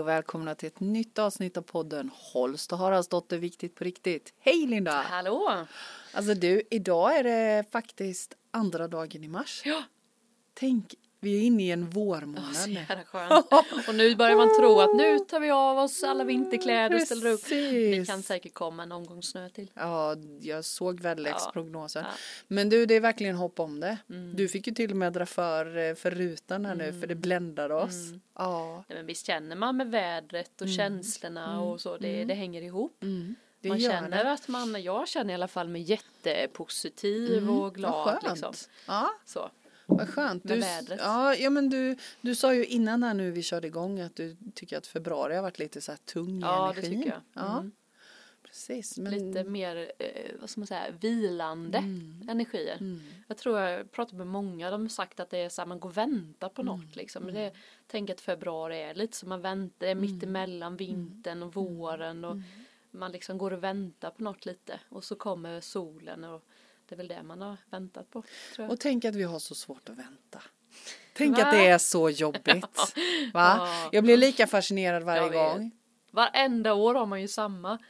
och välkomna till ett nytt avsnitt av podden Holst och Haraldsdotter viktigt på riktigt. Hej Linda! Hallå! Alltså du, idag är det faktiskt andra dagen i mars. Ja! Tänk, vi är inne i en vårmånad. Så jävla skönt. Och nu börjar man tro att nu tar vi av oss alla vinterkläder och ställer upp. Det kan säkert komma en omgång snö till. Ja, jag såg väderleksprognosen. Ja. Men du, det är verkligen hopp om det. Mm. Du fick ju till och med dra för rutan här nu, för det bländade oss. Ja. Nej, men visst känner man med vädret och känslorna och så, det hänger ihop. Det Man gör känner det. att jag känner i alla fall mig jättepositiv och glad. Vad skönt. Liksom. Ja. Så. Vad skönt. Med vädret. Ja, men du sa ju innan här nu vi körde igång att du tycker att februari har varit lite så här tung i Ja, energin. det tycker jag. Ja, precis. Men... Lite mer, vad ska man säga, vilande energier. Jag tror jag pratat med många, de har sagt att det är så här, man går och väntar på något liksom. Men det, tänk att februari är lite som man väntar, det är mitt emellan vintern och våren och man liksom går och väntar på något lite. Och så kommer solen och det är väl det man har väntat på, tror jag. Och tänk att vi har så svårt att vänta. Tänk att det är så jobbigt. Va? Ja. Jag blir lika fascinerad varje gång. Varenda år har man ju samma.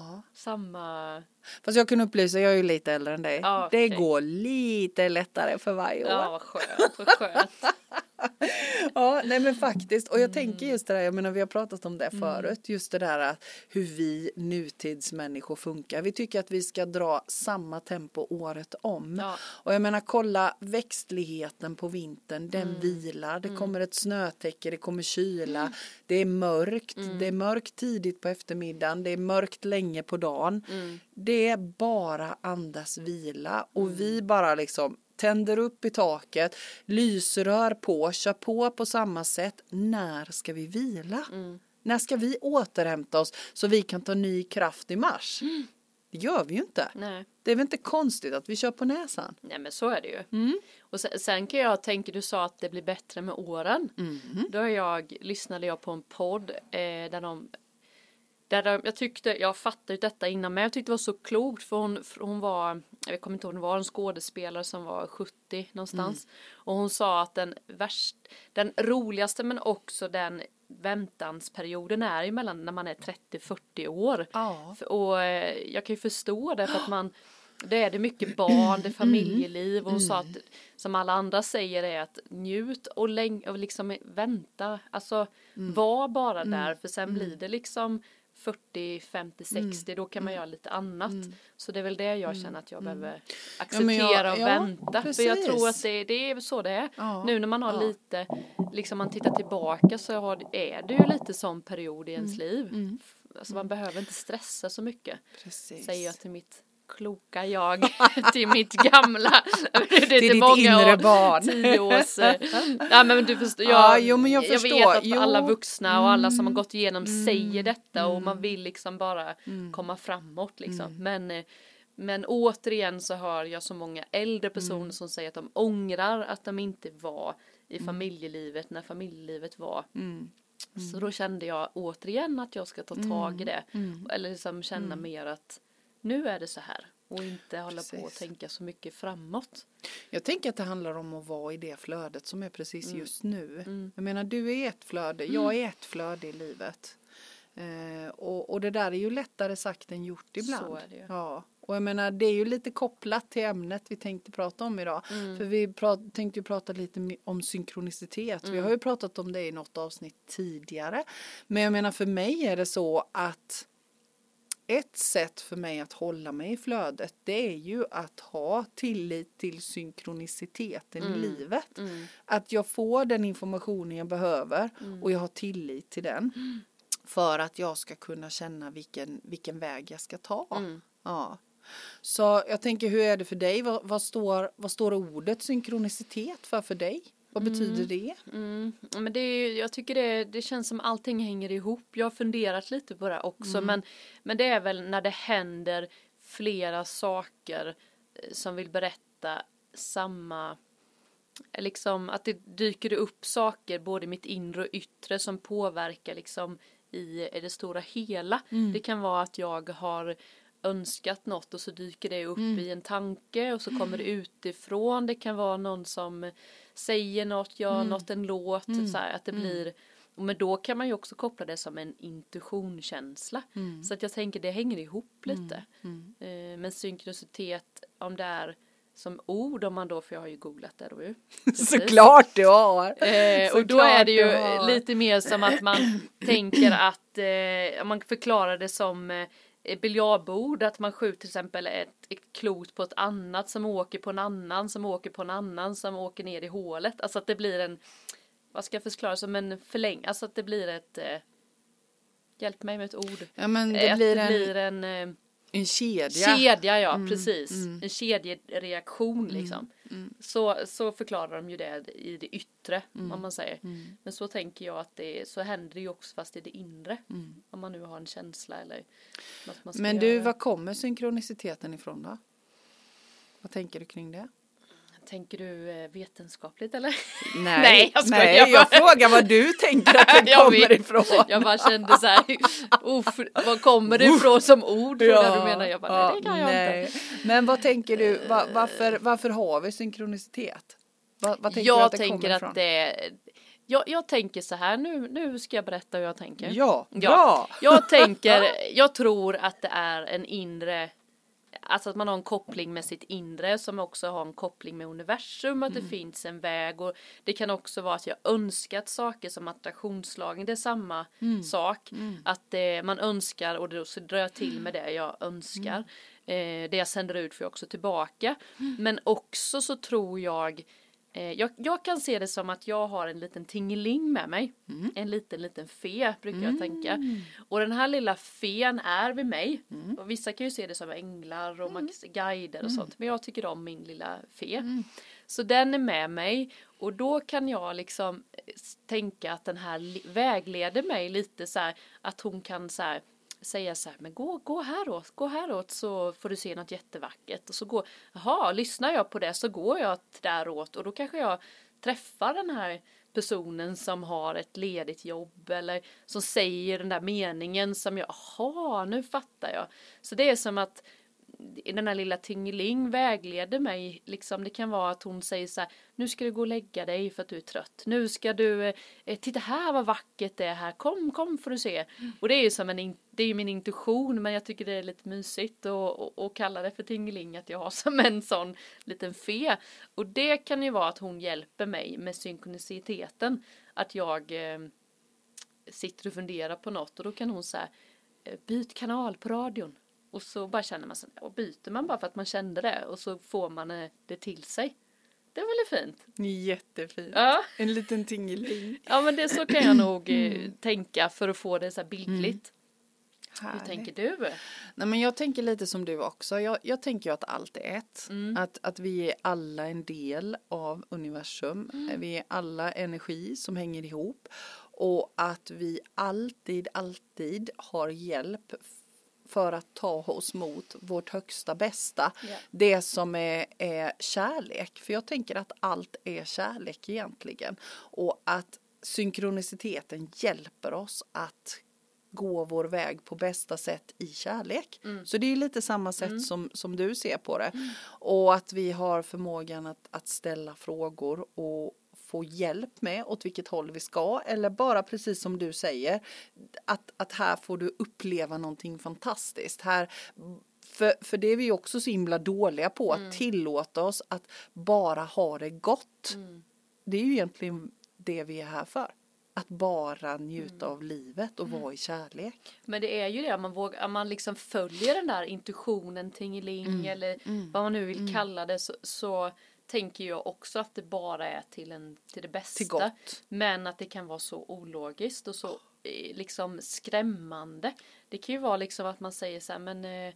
Fast jag kan upplysa, jag är ju lite äldre än dig. Ja, det okej. går lite lättare för varje år. Ja, vad skönt. Ja, nej men faktiskt. Och jag tänker just det där, jag menar vi har pratat om det förut. Just det där att hur vi nutidsmänniskor funkar. Vi tycker att vi ska dra samma tempo året om. Ja. Och jag menar kolla växtligheten på vintern, den vilar. Det kommer ett snötäcke, det kommer kyla. Det är mörkt. Det är mörkt tidigt på eftermiddagen. Det är mörkt länge på dagen. Det är bara andas vila. Och vi bara liksom tänder upp i taket, lysrör på, kör på samma sätt. När ska vi vila? När ska vi återhämta oss så vi kan ta ny kraft i mars? Det gör vi ju inte. Nej. Det är väl inte konstigt att vi kör på näsan? Nej, men så är det ju. Och sen kan jag tänka, du sa att det blir bättre med åren. Då lyssnade jag på en podd jag fattade ju detta innan, men jag tyckte det var så klokt för hon var, jag kommer inte ihåg, hon var en skådespelare som var 70 någonstans. Och hon sa att den roligaste men också den väntansperioden är ju mellan när man är 30-40 år. Och jag kan ju förstå det för att det är mycket barn, det är familjeliv och hon sa att som alla andra säger är att njut och liksom vänta, alltså var bara där för sen blir det liksom 40, 50, 60, då kan man göra lite annat. Så det är väl det jag känner att jag behöver acceptera och vänta. Precis. För jag tror att det är så det är. Ja. Nu när man har lite, liksom man tittar tillbaka så är det ju lite sån period i ens liv. Alltså man behöver inte stressa så mycket. Precis. Säger jag till mitt kloka jag, till mitt gamla, det är till ditt inre barn. 10 års. Ja, men du förstår, jag förstår. Jag vet att alla vuxna och alla som har gått igenom säger detta och man vill liksom bara komma framåt liksom. Men återigen så hör jag så många äldre personer som säger att de ångrar att de inte var i familjelivet när familjelivet var. Så då kände jag återigen att jag ska ta tag i det. Eller liksom känna mer att nu är det så här. Och inte hålla på och tänka så mycket framåt. Jag tänker att det handlar om att vara i det flödet som är precis just nu. Jag menar, du är ett flöde. Jag är ett flöde i livet. Och det där är ju lättare sagt än gjort ibland. Så är det ju. Ja. Och jag menar, det är ju lite kopplat till ämnet vi tänkte prata om idag. För vi tänkte ju prata lite om synkronicitet. Vi har ju pratat om det i något avsnitt tidigare. Men jag menar, för mig är det så att ett sätt för mig att hålla mig i flödet, det är ju att ha tillit till synkroniciteten i livet. Att jag får den informationen jag behöver och jag har tillit till den. För att jag ska kunna känna vilken väg jag ska ta. Ja. Så jag tänker, hur är det för dig? Vad står ordet synkronicitet för dig? Vad betyder det? Men jag tycker det känns som allting hänger ihop. Jag har funderat lite på det också. Men det är väl när det händer flera saker som vill berätta samma. Liksom att det dyker upp saker både i mitt inre och yttre som påverkar liksom i det stora hela. Det kan vara att jag har önskat något och så dyker det upp i en tanke och så kommer det utifrån. Det kan vara någon som säger något, gör något, en låt, så här, att det blir Men då kan man ju också koppla det som en intuitionkänsla. Så att jag tänker det hänger ihop lite. Men synkronicitet, om det är som ord, om man då, för jag har ju googlat det då ju. Såklart du har. Och då är det ju lite mer som att man tänker att om man förklarar det som biljardbord, att man skjuter till exempel ett klot på ett annat som åker på en annan, som åker på en annan, som åker ner i hålet. Alltså att det blir en, vad ska jag förklara, som en alltså att det blir ett, hjälp mig med ett ord. Ja, men det blir en kedja. Kedja, ja, precis. En kedjereaktion liksom. Så förklarar de ju det i det yttre, om man säger. Men så tänker jag att så händer det ju också fast i det inre. Om man nu har en känsla eller något man ska Men du, göra. var kommer synkroniciteten ifrån då? Vad tänker du kring det? Tänker du vetenskapligt eller? Nej, jag frågar vad du tänker att det kommer ifrån. Jag bara kände så här, vad kommer det ifrån som ord? Du menar, jag bara, nej, det kan jag inte. Men vad tänker du, varför har vi synkronicitet? Vad tänker jag du att det tänker kommer ifrån? Att jag tänker så här, nu ska jag berätta hur jag tänker. Ja, bra. Jag tror att det är en inre, alltså att man har en koppling med sitt inre som också har en koppling med universum, att det finns en väg, och det kan också vara att jag önskat saker som attraktionslagen, det är samma sak, att man önskar och då så drar jag till med det jag önskar, det jag sänder ut får jag också tillbaka, men också så tror jag kan se det som att jag har en liten tingeling med mig. En liten fe brukar jag tänka. Och den här lilla fen är vid mig. Och vissa kan ju se det som änglar och guider och sånt. Men jag tycker om min lilla fe. Så den är med mig. Och då kan jag liksom tänka att den här vägleder mig lite så här. Att hon kan så här säga så här, men gå häråt så får du se något jättevackert. Och så lyssnar jag på det så går jag däråt, och då kanske jag träffar den här personen som har ett ledigt jobb eller som säger den där meningen som nu fattar jag. Så det är som att den här lilla tingeling vägleder mig, liksom. Det kan vara att hon säger så här, nu ska du gå och lägga dig för att du är trött. Nu ska du, titta här vad vackert det är här, kom får du se. Och det är ju som det är ju min intuition, men jag tycker det är lite mysigt och kalla det för tingeling, att jag har som en sån liten fe. Och det kan ju vara att hon hjälper mig med synkroniciteten, att jag sitter och funderar på något, och då kan hon säga, byt kanal på radion. Och så bara känner man så, och byter man bara för att man kände det, och så får man det till sig. Det är väl fint? Jättefint. Ja. En liten tingeling. Ja, men så kan jag nog tänka för att få det så här bildligt. Hur tänker du? Nej, men jag tänker lite som du också. Jag tänker ju att allt är ett. Att vi är alla en del av universum. Vi är alla energi som hänger ihop. Och att vi alltid har hjälp för att ta oss mot vårt högsta bästa. Yeah. Det som är kärlek. För jag tänker att allt är kärlek egentligen. Och att synkroniciteten hjälper oss att gå vår väg på bästa sätt i kärlek. Så det är lite samma sätt som du ser på det. Och att vi har förmågan att ställa frågor och få hjälp med åt vilket håll vi ska, eller bara precis som du säger, att här får du uppleva någonting fantastiskt. Här, för det är vi också så himla dåliga på, att tillåta oss att bara ha det gott. Det är ju egentligen det vi är här för. Att bara njuta av livet och vara i kärlek. Men det är ju det, om man liksom följer den där intuitionen, tingeling eller vad man nu vill kalla det, så tänker jag också att det bara är till det bästa. Till gott. Men att det kan vara så ologiskt och så liksom skrämmande. Det kan ju vara liksom att man säger så här, men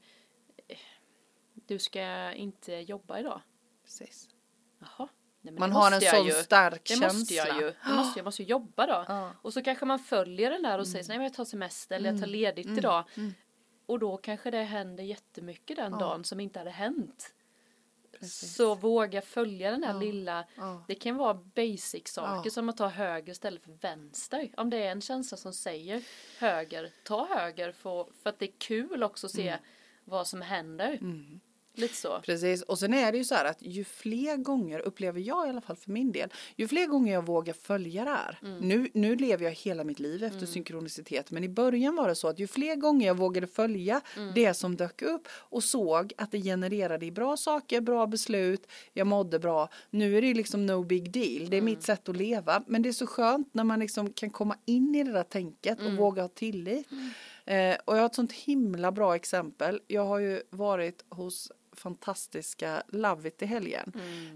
du ska inte jobba idag. Precis. Jaha. Nej, man har en sån stark känsla. Jag måste ju jobba då. Och så kanske man följer den där och säger, nej men jag tar semester eller jag tar ledigt idag. Och då kanske det händer jättemycket den dagen som inte hade hänt. Precis. Så våga följa den här lilla, det kan vara basic saker som att ta höger istället för vänster. Om det är en känsla som säger höger, ta höger för att det är kul också att se vad som händer. Lite så. Precis, och sen är det ju så här att ju fler gånger, upplever jag i alla fall för min del, ju fler gånger jag vågar följa det här. Nu lever jag hela mitt liv efter synkronicitet, men i början var det så att ju fler gånger jag vågade följa det som dök upp och såg att det genererade i bra saker, bra beslut, jag mådde bra. Nu är det liksom no big deal, det är mitt sätt att leva, men det är så skönt när man liksom kan komma in i det där tänket och våga ha tillit. Och jag har ett sånt himla bra exempel. Jag har ju varit hos fantastiska Love It i helgen.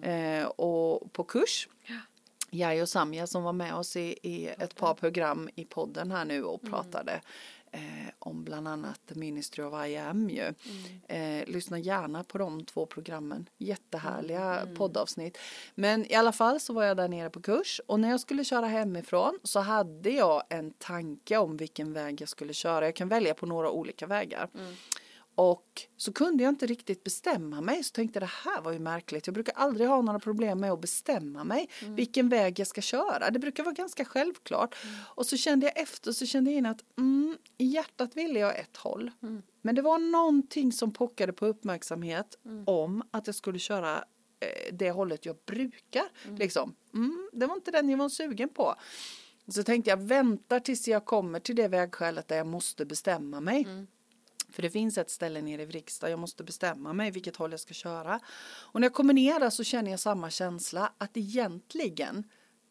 Och på kurs. Jag och Samja som var med oss i ett par program i podden här nu och pratade om bland annat The Ministry of I Am ju. Lyssna gärna på de 2 programmen. Jättehärliga poddavsnitt. Men i alla fall så var jag där nere på kurs. Och när jag skulle köra hemifrån så hade jag en tanke om vilken väg jag skulle köra. Jag kan välja på några olika vägar. Och så kunde jag inte riktigt bestämma mig. Så tänkte jag, det här var ju märkligt. Jag brukar aldrig ha några problem med att bestämma mig. Vilken väg jag ska köra. Det brukar vara ganska självklart. Och så kände jag efter. Så kände jag in att i hjärtat ville jag ett håll. Men det var någonting som pockade på uppmärksamhet. Om att jag skulle köra det hållet jag brukar. Liksom. Det var inte den jag var sugen på. Så tänkte jag, väntar tills jag kommer till det vägskälet där jag måste bestämma mig. För det finns ett ställe nere i Vrigstad. Jag måste bestämma mig vilket håll jag ska köra. Och när jag kommer ner där så känner jag samma känsla. Att egentligen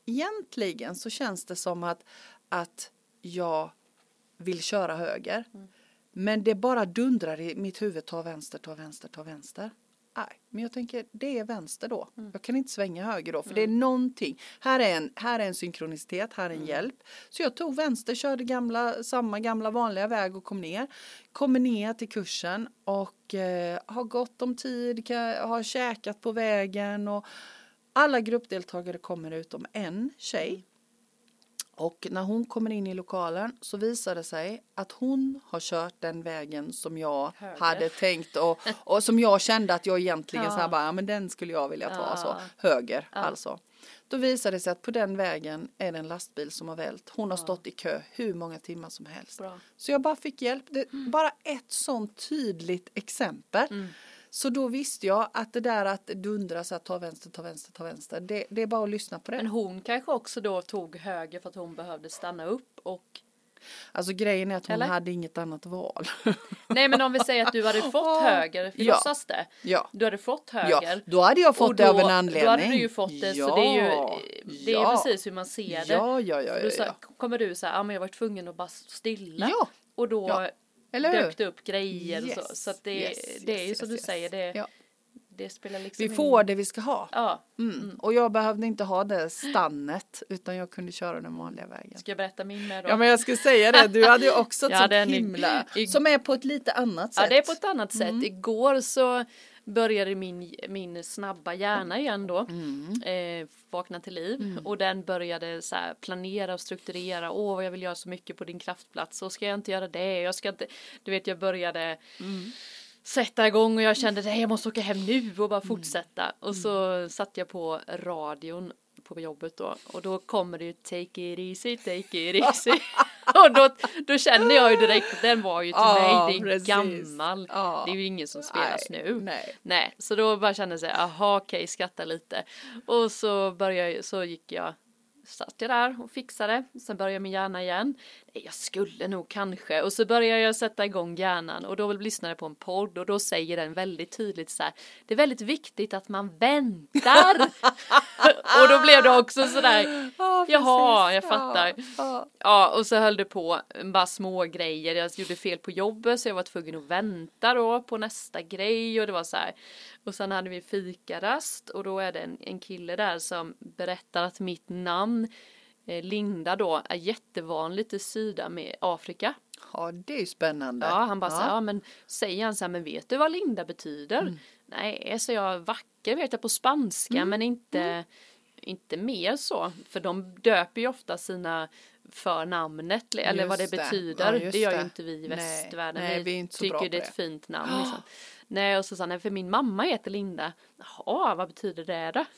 så känns det som att jag vill köra höger. Men det bara dundrar i mitt huvud. Ta vänster, ta vänster, ta vänster. Nej, men jag tänker det är vänster då. Jag kan inte svänga höger då. För det är någonting. Här är en synkronicitet. Här är en hjälp. Så jag tog vänster. Körde samma gamla vanliga väg och kom ner. Kommer ner till kursen. Och har gott om tid. Har käkat på vägen. Och alla gruppdeltagare kommer utom en tjej. Och när hon kommer in i lokalen så visar det sig att hon har kört den vägen som jag hade tänkt och som jag kände att jag egentligen så här bara, ja men den skulle jag vilja ta, så höger alltså. Då visar det sig att på den vägen är det en lastbil som har vält. Hon har stått i kö hur många timmar som helst. Bra. Så jag bara fick hjälp. Bara ett sånt tydligt exempel. Så då visste jag att det där att dundra så att ta vänster. Det är bara att lyssna på det. Men hon kanske också då tog höger för att hon behövde stanna upp och... Alltså grejen är att hon hade inget annat val. Nej, men om vi säger att du hade fått höger, för låtsas det. Ja. Du hade fått höger. Ja, då hade jag fått det av en anledning. Då hade du ju fått det, så det är ju precis hur man ser det. Ja. Kommer du så här, men jag var tvungen att bara stilla. Ja. Och då dök det upp grejer. Yes. Så att det är ju som du säger, det spelar liksom vi får det vi ska ha. Ja. Och jag behövde inte ha det stannet, utan jag kunde köra den vanliga vägen. Ska jag berätta min med då? Ja, men jag skulle säga det. Du hade ju också ett sånt himla, som är på ett lite annat sätt. Ja, det är på ett annat sätt. Igår så började min snabba hjärna igen då vakna till liv. Och den började så här planera och strukturera. Vad jag vill göra så mycket på din kraftplats. Så ska jag inte göra det. Jag ska inte, du vet, jag började... sätta igång och jag kände att jag måste åka hem nu och bara fortsätta. Och så satt jag på radion på jobbet då. Och då kommer det ju take it easy. Och då kände jag ju direkt att den var ju till mig. Det är gammal. Det är ju ingen som spelas nu. Nej. Så då bara kände jag okej, skratta lite. Och så satt jag där och fixade. Sen började min hjärna igen. Jag skulle nog kanske. Och så började jag sätta igång hjärnan. Och då lyssnade jag på en podd. Och då säger den väldigt tydligt så här. Det är väldigt viktigt att man väntar. Och då blev det också så där. Jaha, jag fattar. Ja, och så höll det på. Bara små grejer. Jag gjorde fel på jobbet. Så jag var tvungen att vänta då på nästa grej. Och det var så här. Och sen hade vi fikarast. Och då är det en kille där som berättar att mitt namn Linda då är jättevanligt i Sydafrika. Ja, det är ju spännande. Ja, han bara så men säger han så här, men vet du vad Linda betyder? Nej, så jag vacker vet jag på spanska, men inte mer så. För de döper ju ofta sina förnamnet, eller vad det betyder. Det gör ju inte vi i västvärlden. Nej, vi är inte så bra på det är ett fint namn liksom. Nej, och så sa han, för min mamma heter Linda. Jaha, vad betyder det då?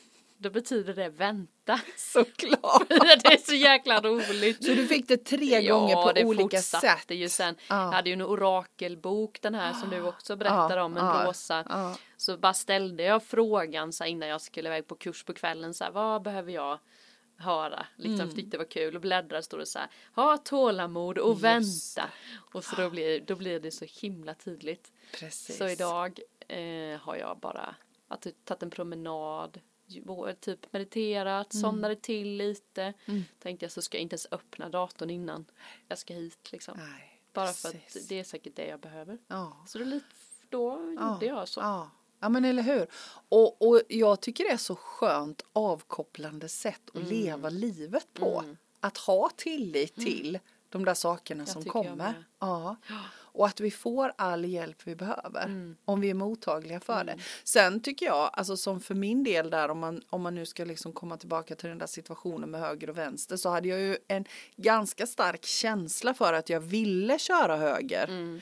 då betyder det vänta. Såklart. Det är så jäkla roligt. Så du fick det 3 gånger på det olika fortsatte sätt? Ju sen. Jag hade ju en orakelbok, den här som du också berättar om, en rosa. Så bara ställde jag frågan så här, innan jag skulle iväg på kurs på kvällen. Så här, vad behöver jag höra? Liksom, för det var kul. Och bläddra står det så här, ha tålamod och vänta. Och så då blir det så himla tydligt. Precis. Så idag har jag bara tagit en promenad, typ mediterat, somnade till lite. Tänkte jag så ska jag inte ens öppna datorn innan jag ska hit liksom. Nej, bara för att det är säkert det jag behöver. Så då gjorde jag så. Ja, men eller hur? Och jag tycker det är så skönt avkopplande sätt att leva livet på. Att ha tillit till de där sakerna som kommer. Ja. Och att vi får all hjälp vi behöver. Om vi är mottagliga för det. Sen tycker jag, alltså som för min del där, om man nu ska liksom komma tillbaka till den där situationen med höger och vänster, så hade jag ju en ganska stark känsla för att jag ville köra höger.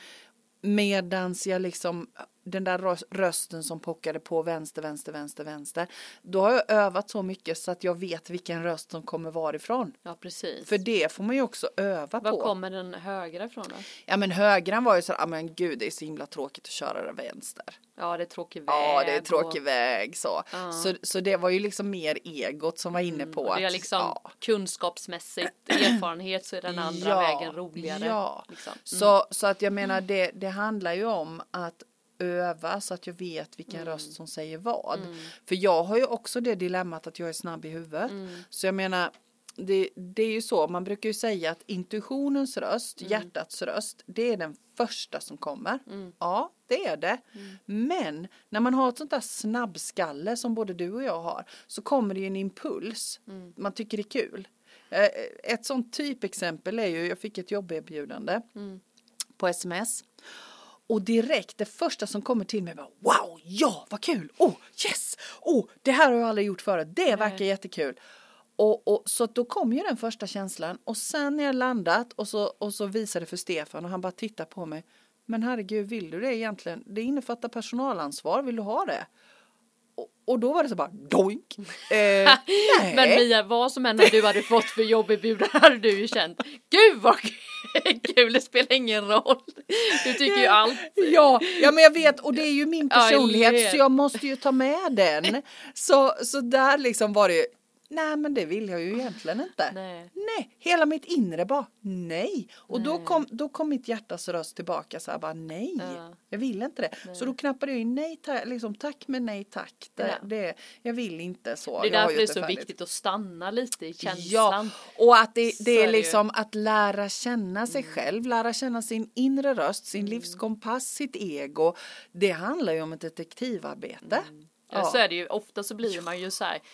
Medans jag liksom, den där rösten som pockade på vänster. Då har jag övat så mycket så att jag vet vilken röst som kommer varifrån. Ja, precis. För det får man ju också öva på. Var kommer den högra ifrån då? Ja, men högran var ju så här, men gud, det är så himla tråkigt att köra det vänster. Ja, det är tråkig väg. Ja, det är tråkig väg så. Så det var ju liksom mer egot som var inne på att... Det är liksom kunskapsmässigt erfarenhet, så är den andra vägen roligare. Ja, liksom. Så att jag menar, det handlar ju om att öva så att jag vet vilken röst som säger vad. För jag har ju också det dilemmat att jag är snabb i huvudet. Så jag menar, det är ju så, man brukar ju säga att intuitionens röst, hjärtats röst, det är den första som kommer. Ja, det är det. Men när man har ett sånt där snabbskalle som både du och jag har, så kommer det ju en impuls. Man tycker det är kul. Ett sånt typexempel är ju, jag fick ett jobberbjudande på sms. Och direkt, det första som kommer till mig var, wow, ja, vad kul, yes, det här har jag aldrig gjort förut, det verkar jättekul. Och så då kom ju den första känslan, och sen när jag landat och så visade det för Stefan, och han bara tittar på mig, men herregud, vill du det egentligen? Det innefattar personalansvar, vill du ha det? Och då var det så bara doink. Nej. Men Mia, vad som än du hade fått för jobberbjudande hade du ju känt, gud vad kul, det spelar ingen roll. Du tycker ju allt. Ja, men jag vet, och det är ju min personlighet, så jag måste ju ta med den. Så där liksom var det ju, nej, men det vill jag ju egentligen inte. Nej, hela mitt inre bara, nej. Och då kom mitt hjärtas röst tillbaka så här, bara nej, jag vill inte det. Nej. Så då knappade jag in nej, liksom tack men nej tack. Jag vill inte så. Det är därför det är så viktigt att stanna lite i känslan. Ja, och att det är liksom att lära känna sig själv, lära känna sin inre röst, sin livskompass, sitt ego. Det handlar ju om ett detektivarbete. Ja, så är det ju. Ofta så blir man ju så här,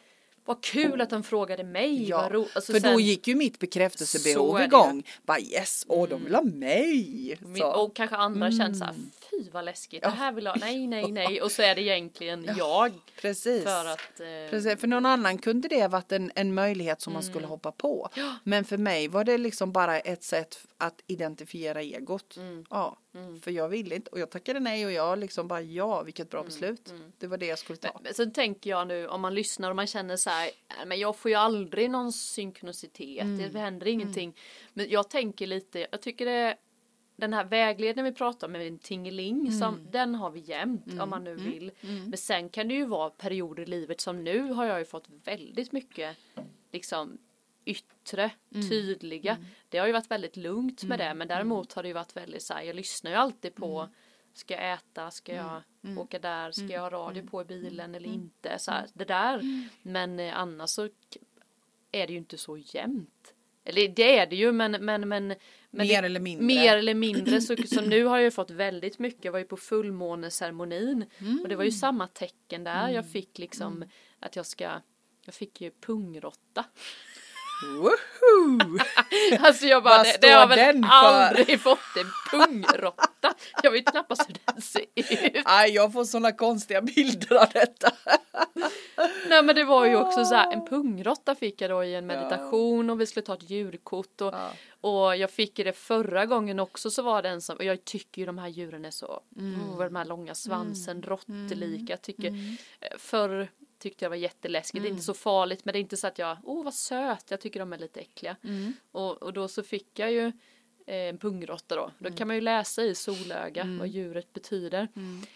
vad kul att de frågade mig. Ja, alltså för då gick ju mitt bekräftelsebehov igång. Bara yes, de vill ha mig. Och kanske andra känner så här, fy vad läskigt. Det här vill jag, nej. Och så är det egentligen jag. Precis. Precis. För någon annan kunde det ha varit en möjlighet som man skulle hoppa på. Men för mig var det liksom bara ett sätt att identifiera egot. För jag ville inte, och jag tackade nej, och jag liksom bara, vilket bra beslut. Det var det jag skulle ta. Men sen tänker jag nu, om man lyssnar och man känner så här, men jag får ju aldrig någon synkronicitet, det händer ingenting. Men jag tänker lite, jag tycker den här vägledningen vi pratar om med en tingeling, den har vi jämt om man nu vill. Men sen kan det ju vara perioder i livet, som nu har jag ju fått väldigt mycket liksom yttre, tydliga. Det har ju varit väldigt lugnt med det, men däremot har det ju varit väldigt så här, jag lyssnar ju alltid på, ska jag äta, ska jag åka där, ska jag ha radio på i bilen eller inte, så här, det där. Men annars så är det ju inte så jämnt. Eller det är det ju, men mer eller mindre. Så nu har jag ju fått väldigt mycket. Jag var ju på fullmåneceremonin. Och det var ju samma tecken där. Jag fick liksom att jag fick ju pungrotta. Woohoo! Alltså jag bara, det har jag väl aldrig fått en pungrotta. Jag vet knappast hur den ser ut. Nej, jag får såna konstiga bilder av detta. Nej, men det var ju också så här, en pungrotta fick jag då i en meditation, och vi skulle ta ett djurkort, och jag fick det förra gången också, så var det en som, och jag tycker ju de här djuren är så, de här långa svansen, råttelika, jag tycker, för tyckte jag var jätteläskigt. Det är inte så farligt, men det är inte så att jag, vad söt, jag tycker de är lite äckliga. Och då så fick jag ju en pungråtta då. Då kan man ju läsa i solöga vad djuret betyder.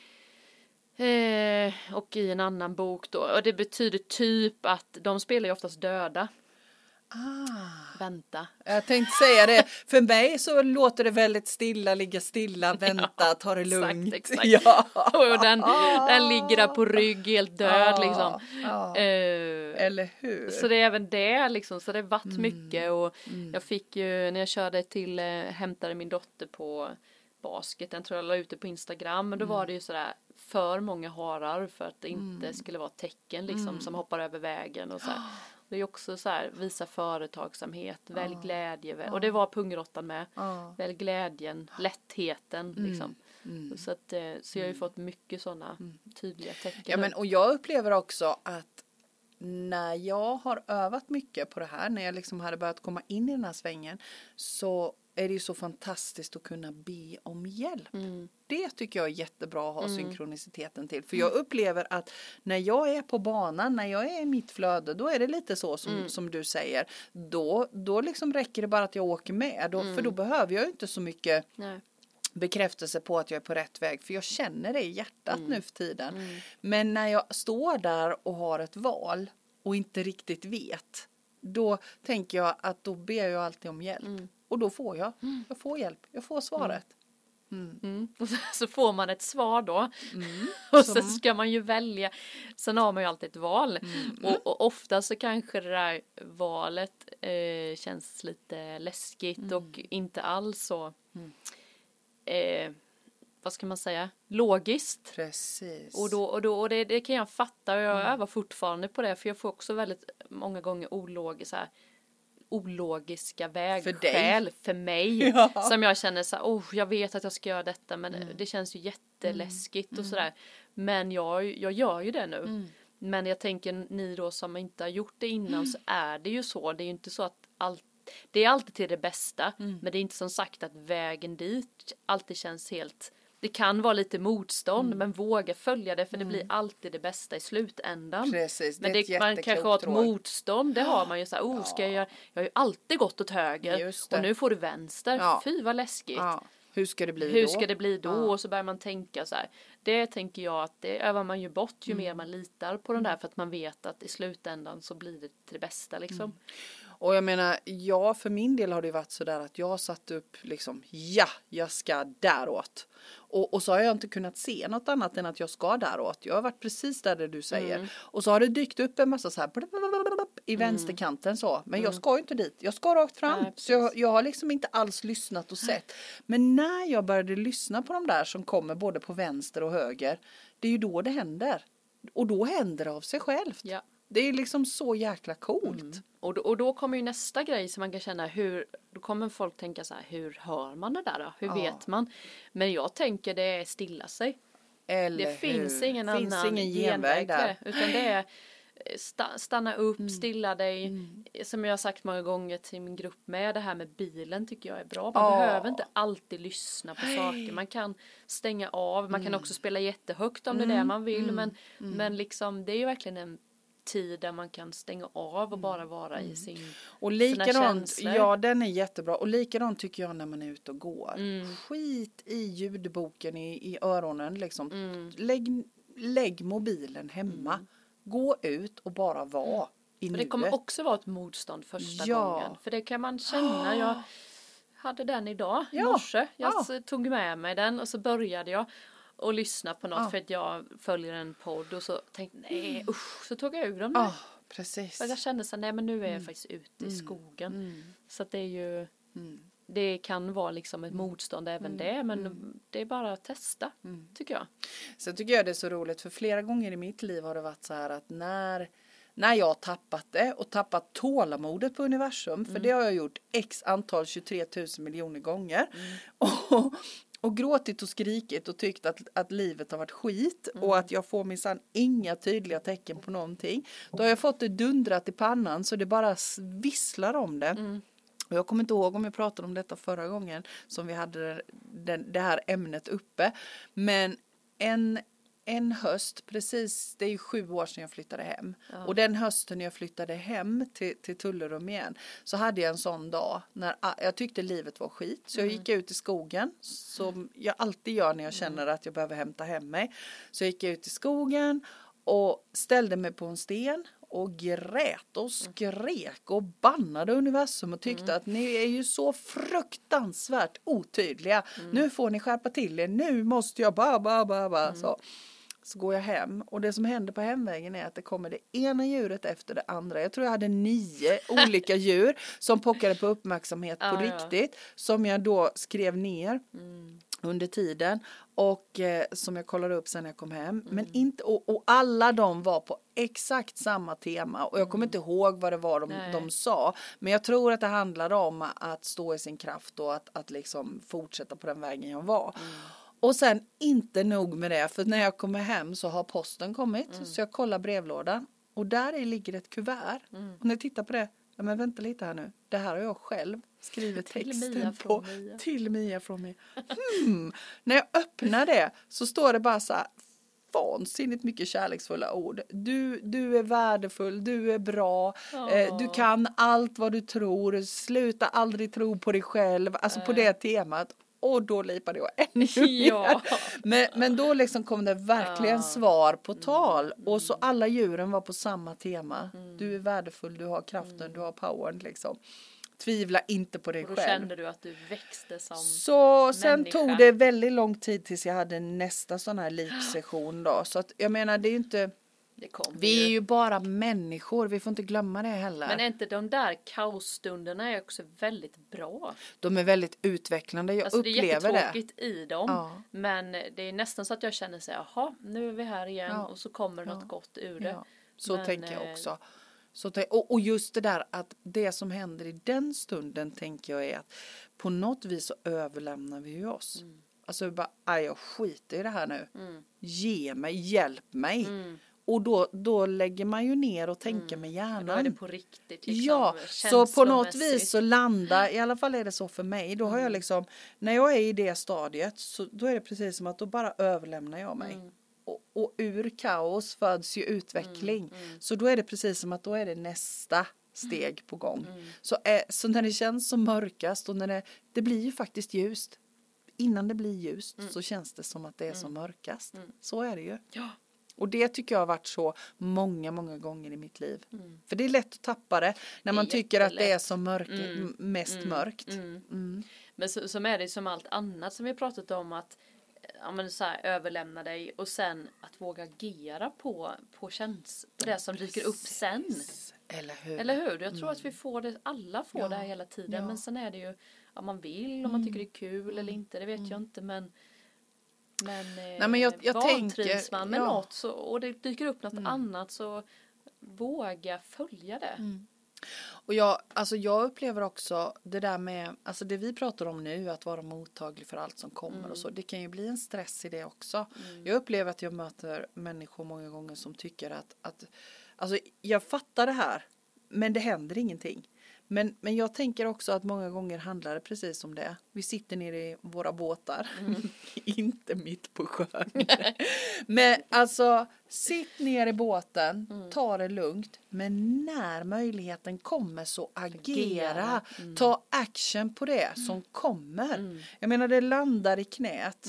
Och i en annan bok då. Och det betyder typ att de spelar ju oftast döda. Vänta. Jag tänkte säga det. För mig så låter det väldigt stilla, ligga stilla, vänta, ta det lugnt. Exakt. Ja. Och den ligger där på rygg helt död liksom. Eller hur? Så det är även det liksom. Så det har varit mycket. Och jag fick ju, när jag körde till, hämtade min dotter på basket, jag tror jag la ut det på Instagram, men då var det ju sådär för många harar för att det inte skulle vara tecken liksom som hoppar över vägen och så här. Det är också så här, visa företagsamhet, välj glädje, och det var pungråttan med, välj glädjen, lättheten liksom. Så jag har ju fått mycket sådana tydliga tecken. Ja, men och jag upplever också att när jag har övat mycket på det här, när jag liksom hade börjat komma in i den här svängen, så är det ju så fantastiskt att kunna be om hjälp. Det tycker jag är jättebra att ha synkroniciteten till. För jag upplever att när jag är på banan, när jag är i mitt flöde, då är det lite så som du säger. Då liksom räcker det bara att jag åker med. För då behöver jag ju inte så mycket bekräftelse på att jag är på rätt väg. För jag känner det i hjärtat nu för tiden. Men när jag står där och har ett val och inte riktigt vet, då tänker jag att då ber jag alltid om hjälp. Och då får jag får hjälp, jag får svaret. Och så får man ett svar då. Och så ska man ju välja. Sen har man ju alltid ett val. Och ofta så kanske det där valet känns lite läskigt och inte alls så vad ska man säga, logiskt. Precis. Och det kan jag fatta, och jag övar fortfarande på det, för jag får också väldigt många gånger ologiska vägskäl för mig som jag känner så här, jag vet att jag ska göra detta, men det känns ju jätteläskigt och sådär, men jag gör ju det nu. Men jag tänker, ni då som inte har gjort det innan, så är det ju så, det är ju inte så att det är alltid till det bästa, men det är inte som sagt att vägen dit alltid känns helt. Det kan vara lite motstånd, men våga följa det, för det blir alltid det bästa i slutändan. Precis, men man kanske har ett motstånd, det har man ju så här, ska jag har ju alltid gått åt höger och nu får du vänster. Fy vad läskigt. Hur ska det bli då? Och så börjar man tänka så här. Det tänker jag att det övar man ju bort ju mer man litar på den där, för att man vet att i slutändan så blir det till det bästa liksom. Och jag menar, för min del har det varit så där att jag har satt upp liksom, jag ska däråt. Och så har jag inte kunnat se något annat än att jag ska däråt. Jag har varit precis där du säger. Och så har det dykt upp en massa så här i vänsterkanten så. Men jag ska ju inte dit. Jag ska rakt fram. Nej, så jag har liksom inte alls lyssnat och sett. Men när jag började lyssna på de där som kommer både på vänster och höger, det är ju då det händer. Och då händer det av sig självt. Ja. Det är liksom så jäkla coolt. Och då kommer ju nästa grej som man kan känna, då kommer folk tänka så här, hur hör man det där då? Hur vet man? Men jag tänker det är stilla sig. Det finns ingen annan genväg där. Utan det är stanna upp, stilla dig. Som jag har sagt många gånger till min grupp med, det här med bilen tycker jag är bra. Man behöver inte alltid lyssna på saker. Man kan stänga av. Man kan också spela jättehögt om det är det man vill. Men liksom, det är ju verkligen en tid där man kan stänga av och bara vara i och likadant, den är jättebra. Och likadant tycker jag när man är ute och går. Skit i ljudboken i öronen liksom. Lägg mobilen hemma. Gå ut och bara vara i nuet. Det kommer också vara ett motstånd första gången. För det kan man känna. Jag hade den idag i morse. Jag tog med mig den och så började jag och lyssna på något för att jag följer en podd, och så tänkte så tog jag ur dem. Precis. För jag kände så nej, men nu är jag faktiskt ute i skogen. Så att det är ju det kan vara liksom ett motstånd även det, men det är bara att testa tycker jag. Så tycker jag det är så roligt, för flera gånger i mitt liv har det varit så här att när jag har tappat det och tappat tålamodet på universum, för det har jag gjort x antal 23 000 miljoner gånger. Och gråtit och skrikit och tyckt att livet har varit skit och att jag får minsann inga tydliga tecken på någonting. Då har jag fått det dundrat i pannan så det bara visslar om det. Och jag kommer inte ihåg om jag pratade om detta förra gången som vi hade det här ämnet uppe. Men en höst, precis, det är ju 7 år sedan jag flyttade hem. Ja. Och den hösten jag flyttade hem till Tullerum igen, så hade jag en sån dag när jag tyckte livet var skit. Så jag gick ut i skogen, som jag alltid gör när jag känner att jag behöver hämta hem mig. Så jag gick ut i skogen och ställde mig på en sten och grät och skrek och bannade universum och tyckte att ni är ju så fruktansvärt otydliga. Nu får ni skärpa till er, nu måste jag bara. Så går jag hem, och det som händer på hemvägen är att det kommer det ena djuret efter det andra. Jag tror jag hade 9 olika djur som pockade på uppmärksamhet på riktigt. Som jag då skrev ner under tiden. Och som jag kollade upp sen när jag kom hem. Men inte, och alla de var på exakt samma tema. Och jag kommer inte ihåg vad det var de sa. Men jag tror att det handlade om att stå i sin kraft och att liksom fortsätta på den vägen jag var. Och sen inte nog med det, för när jag kommer hem så har posten kommit. Så jag kollar brevlådan och där ligger ett kuvert. Och när jag tittar på det, ja men vänta lite här nu. Det här har jag själv skrivit texten på. Till Mia från mig. När jag öppnar det så står det bara så här vansinnigt mycket kärleksfulla ord. Du är värdefull, du är bra, du kan allt vad du tror, sluta aldrig tro på dig själv. Alltså på det temat. Och då lipade jag ännu mer. Men då liksom kom det verkligen svar på tal. Och så alla djuren var på samma tema. Du är värdefull, du har kraften, du har powern liksom. Tvivla inte på dig själv. Och då kände du att du växte som så sen tog det väldigt lång tid tills jag hade nästa sån här livssession då. Så att jag menar, det är ju inte... Vi är ju bara människor, vi får inte glömma det heller. Men är inte de där kaosstunderna är också väldigt bra? De är väldigt utvecklande, jag upplever det. Det är jättetråkigt i dem, men det är nästan så att jag känner så här, jaha, nu är vi här igen och så kommer något gott ur det. Ja. Så tänker jag också. Och just det där att det som händer i den stunden tänker jag är att på något vis så överlämnar vi ju oss. Alltså bara, jag skiter i det här nu. Ge mig, hjälp mig. Och då lägger man ju ner och tänker med hjärnan. Då är det på riktigt. Liksom, ja, så på något vis så landar, i alla fall är det så för mig. Då har jag liksom, när jag är i det stadiet, så då är det precis som att då bara överlämnar jag mig. Och ur kaos föds ju utveckling. Så då är det precis som att då är det nästa steg på gång. Så när det känns som mörkast och när det blir ju faktiskt ljust. Innan det blir ljust så känns det som att det är som mörkast. Så är det ju. Ja. Och det tycker jag har varit så många gånger i mitt liv. För det är lätt att tappa det när man tycker att det är så mest mörkt. Men som är det som allt annat som vi pratat om, att så här, överlämna dig och sen att våga agera på det som dyker upp sen. Eller hur? Jag tror att vi får det, alla får det här hela tiden. Men sen är det ju, man vill, om man tycker det är kul eller inte, det vet jag inte, men jag vantrivs man med något så, och det dyker upp något annat, så våga följa det. Och jag upplever också det där med, alltså det vi pratar om nu, att vara mottaglig för allt som kommer och så, det kan ju bli en stress i det också. Jag upplever att jag möter människor många gånger som tycker att alltså jag fattar det här, men det händer ingenting. Men jag tänker också att många gånger handlar det precis om det. Vi sitter nere i våra båtar. Inte mitt på sjön. Men alltså, sitt ner i båten. Ta det lugnt. Men när möjligheten kommer så agera. Ta action på det som kommer. Jag menar, det landar i knät.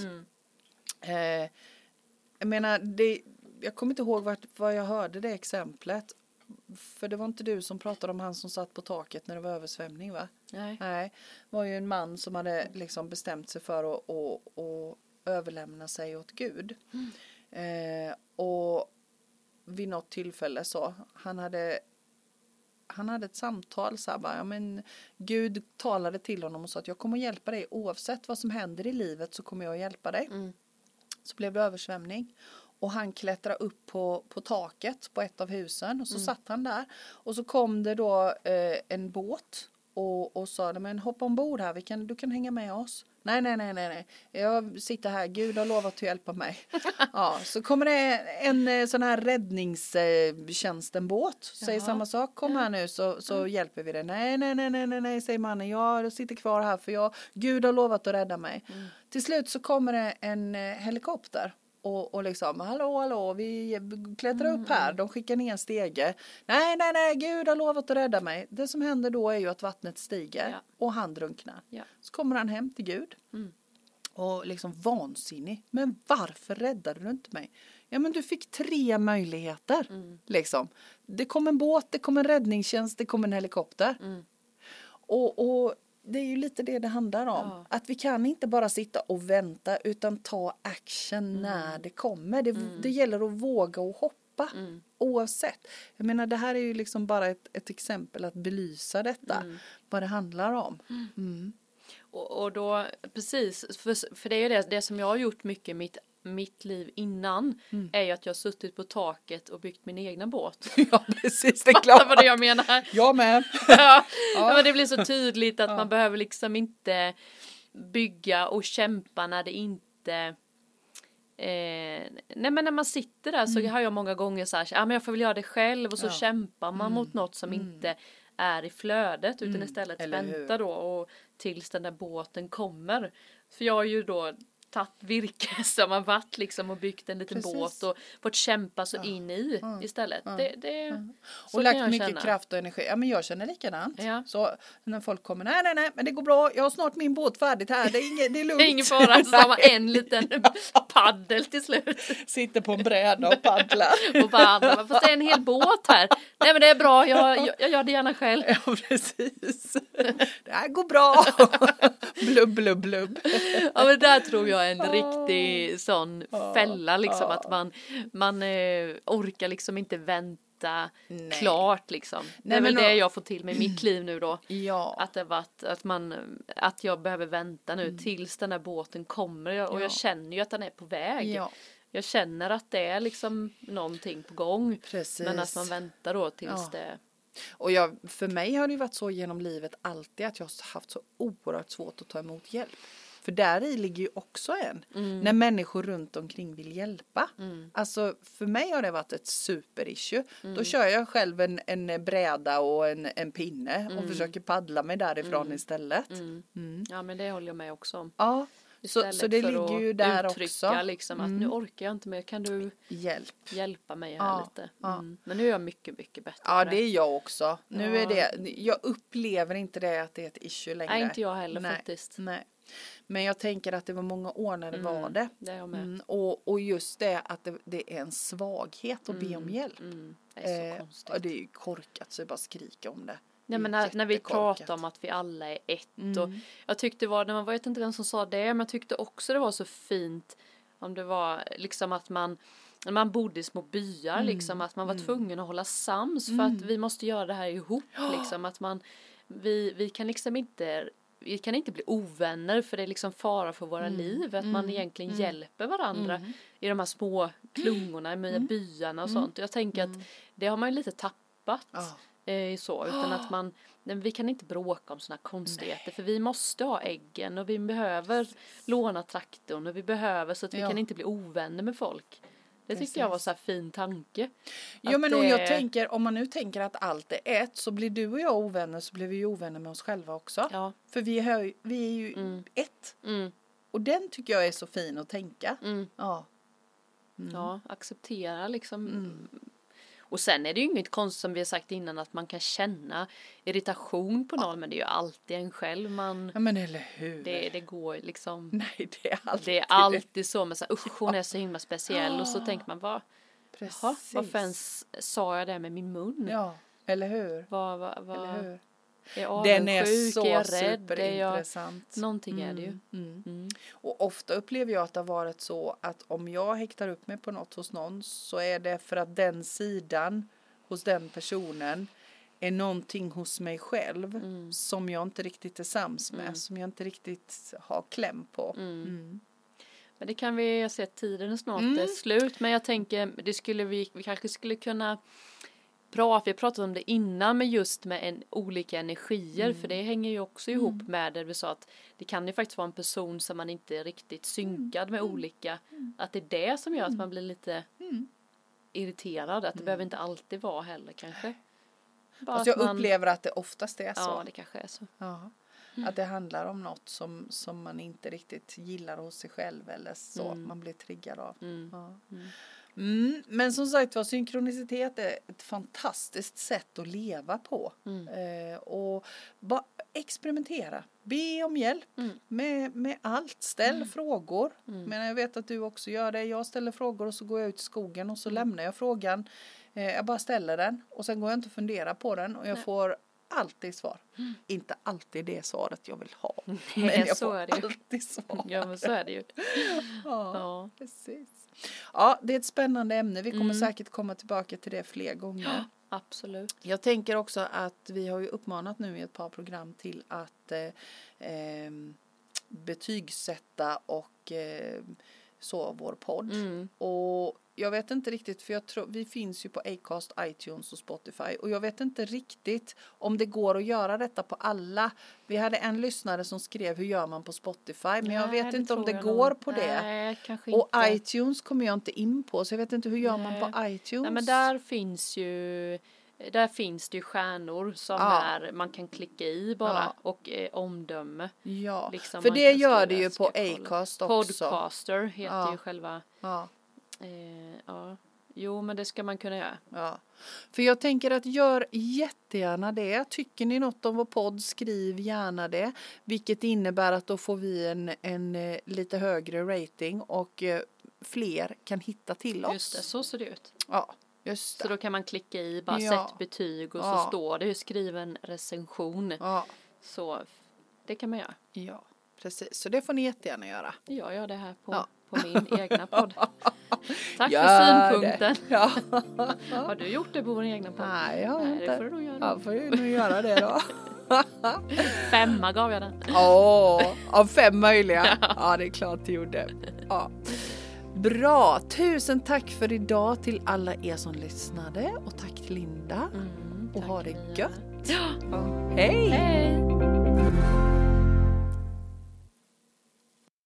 Jag menar, jag kommer inte ihåg vad jag hörde det exemplet. För det var inte du som pratade om han som satt på taket när det var översvämning, va? Nej. Det var ju en man som hade liksom bestämt sig för att överlämna sig åt Gud. Och vid något tillfälle så han hade ett samtal så här bara, ja men Gud talade till honom och sa att jag kommer att hjälpa dig oavsett vad som händer i livet, så kommer jag att hjälpa dig. Så blev det översvämning. Och han klättrade upp på taket på ett av husen. Och så satt han där. Och så kom det då en båt. Och sa, men hoppa ombord här. Du kan hänga med oss. Nej. Jag sitter här. Gud har lovat att hjälpa mig. Ja, så kommer det en sån här räddningstjänstenbåt. Säger samma sak. Kom här nu så hjälper vi dig. Nej, säger mannen. Jag sitter kvar här för Gud har lovat att rädda mig. Till slut så kommer det en helikopter. och liksom, hallå, vi klättrar upp här. De skickar ner en stege. Nej, Gud har lovat att rädda mig. Det som händer då är ju att vattnet stiger och han drunknar. Ja. Så kommer han hem till Gud. Och liksom vansinnig. Men varför räddade du inte mig? Ja, men du fick 3 möjligheter. Liksom. Det kom en båt, det kom en räddningstjänst, det kom en helikopter. Och det är ju lite det handlar om. Ja. Att vi kan inte bara sitta och vänta utan ta action när det kommer. Det gäller att våga och hoppa oavsett. Jag menar, det här är ju liksom bara ett exempel att belysa detta. Vad det handlar om. Och då, precis, för det är ju det som jag har gjort mycket mitt liv innan är ju att jag har suttit på taket och byggt min egna båt. Ja, precis, det är klart. Vad det jag menar. Jag med. Ja. Men det blir så tydligt att man behöver liksom inte bygga och kämpa när det inte... nej, men när man sitter där så har jag många gånger så här, men jag får väl göra det själv och så kämpar man mot något som inte är i flödet utan istället vänta då och tills den där båten kommer. För jag har ju då tagit virke som har varit liksom och byggt en liten båt och fått kämpa så in i istället. Och lagt mycket kraft och energi. Ja, men jag känner likadant. Ja. Så när folk kommer, nej, men det går bra. Jag har snart min båt färdigt här. Det är lugnt. Det är ingen fara. Så har man en liten paddel till slut. Sitter på en bräda och paddlar. Fast det är en hel båt här. Nej, men det är bra. Jag gör det gärna själv. Ja, precis. Det här går bra. Blubb. Ja, men där tror jag är en riktig sån fälla liksom att man orkar liksom inte vänta klart liksom. Det är väl det jag får till med mitt liv nu då. Ja. Att det varit att jag behöver vänta nu tills den här båten kommer och jag känner ju att den är på väg. Ja. Jag känner att det är liksom någonting på gång. Precis. Men att man väntar då tills det... Och för mig har det ju varit så genom livet alltid att jag har haft så oerhört svårt att ta emot hjälp. För där i ligger ju också när människor runt omkring vill hjälpa. Alltså för mig har det varit ett superissue. Då kör jag själv en bräda och en pinne och försöker paddla mig därifrån istället. Ja, men det håller jag med också om. Ja. Så det ligger ju där också. Liksom att nu orkar jag inte mer. Kan du hjälpa mig här lite? Men nu är jag mycket, mycket bättre. Ja, det är jag också. Nu är det, jag upplever inte det att det är ett issue längre. Nej, inte jag heller faktiskt. Nej. Men jag tänker att det var många år när det var det. Det är jag med. Och just det att det är en svaghet att be om hjälp. Det är så konstigt. Det är ju korkat så jag bara skriker om det. Nej, men när vi pratar om att vi alla är ett och jag tyckte jag vet inte vem som sa det, men jag tyckte också det var så fint om det var liksom att man bodde i små byar liksom, att man var tvungen att hålla sams för att vi måste göra det här ihop liksom, att vi kan liksom inte bli ovänner för det är liksom fara för våra liv, att man egentligen hjälper varandra i de här små klungorna i byarna och sånt. Och jag tänker att det har man ju lite tappat så, utan att vi kan inte bråka om såna konstigheter för vi måste ha äggen och vi behöver låna traktorn och vi behöver så att vi kan inte bli ovänner med folk. Det tyckte jag var så här fin tanke. Ja, men och jag tänker, om man nu tänker att allt är ett så blir du och jag ovänner så blir vi ju ovänner med oss själva också. Ja. För vi är ju ett. Och den tycker jag är så fin att tänka. Ja, acceptera liksom. Och sen är det ju inget konstigt som vi har sagt innan att man kan känna irritation på någon, men det är ju alltid en själv Ja, men eller hur? Det går liksom. Nej, det är alltid så, men så hon är så himla speciell och så tänker man varför ens sa jag det med min mun? Ja, eller hur? Eller hur? Den är så superintressant. Någonting är det ju. Och ofta upplever jag att det har varit så att om jag häktar upp mig på något hos någon så är det för att den sidan hos den personen är någonting hos mig själv som jag inte riktigt är sams med, som jag inte riktigt har kläm på. Men det kan vi se att tiden är snart slut, men jag tänker vi kanske skulle kunna vi har pratat om det innan med just med olika energier för det hänger ju också ihop med det vi sa att det kan ju faktiskt vara en person som man inte är riktigt synkad med olika, att det är det som gör att man blir lite irriterad, att det behöver inte alltid vara heller kanske. Fast jag upplever att det oftast är så. Ja, det kanske är så. Ja. Att det handlar om något som man inte riktigt gillar hos sig själv eller så. Man blir triggad av. Ja. Men som sagt var, synkronicitet är ett fantastiskt sätt att leva på. Och bara experimentera. Be om hjälp med allt. Ställ frågor. Men jag vet att du också gör det. Jag ställer frågor och så går jag ut i skogen och så lämnar jag frågan. Jag bara ställer den och sen går jag inte och funderar på den och jag får alltid svar. Inte alltid det svaret jag vill ha. Men jag får alltid svar. Ja, men så är det ju. Ja, precis. Ja, det är ett spännande ämne. Vi kommer säkert komma tillbaka till det fler gånger. Ja, absolut. Jag tänker också att vi har ju uppmanat nu i ett par program till att betygsätta och så vår podd. Och jag vet inte riktigt, för jag tror vi finns ju på Acast, iTunes och Spotify och jag vet inte riktigt om det går att göra detta på alla. Vi hade en lyssnare som skrev hur gör man på Spotify, men jag vet inte om det går på det. Nej, kanske och inte. iTunes kommer jag inte in på, så jag vet inte hur gör man på iTunes. Nej, men där finns det ju stjärnor som man kan klicka i bara och omdöme. Ja, liksom för det gör det ju på Acast också. Podcaster heter ju själva. Jo, men det ska man kunna göra. Ja. För jag tänker att gör jättegärna det. Tycker ni något om vår podd, skriv gärna det. Vilket innebär att då får vi en lite högre rating och fler kan hitta till oss. Just det, så ser det ut. Ja, just det. Så då kan man klicka i, bara sätt betyg och så står det, skriv en recension. Ja. Så det kan man göra. Ja, precis. Så det får ni jättegärna göra. Jag gör det här på min egna podd. Tack för synpunkten. Ja. Har du gjort det på vår egna podd? Nej, jag har inte. Det får du nog göra. Ja, får du nog göra det då. 5 gav jag den. Av 5 möjliga. Ja, det är klart du gjorde. Ja. Bra, tusen tack för idag till alla er som lyssnade och tack till Linda. Och ha det gött. Ja. Hej! Hej!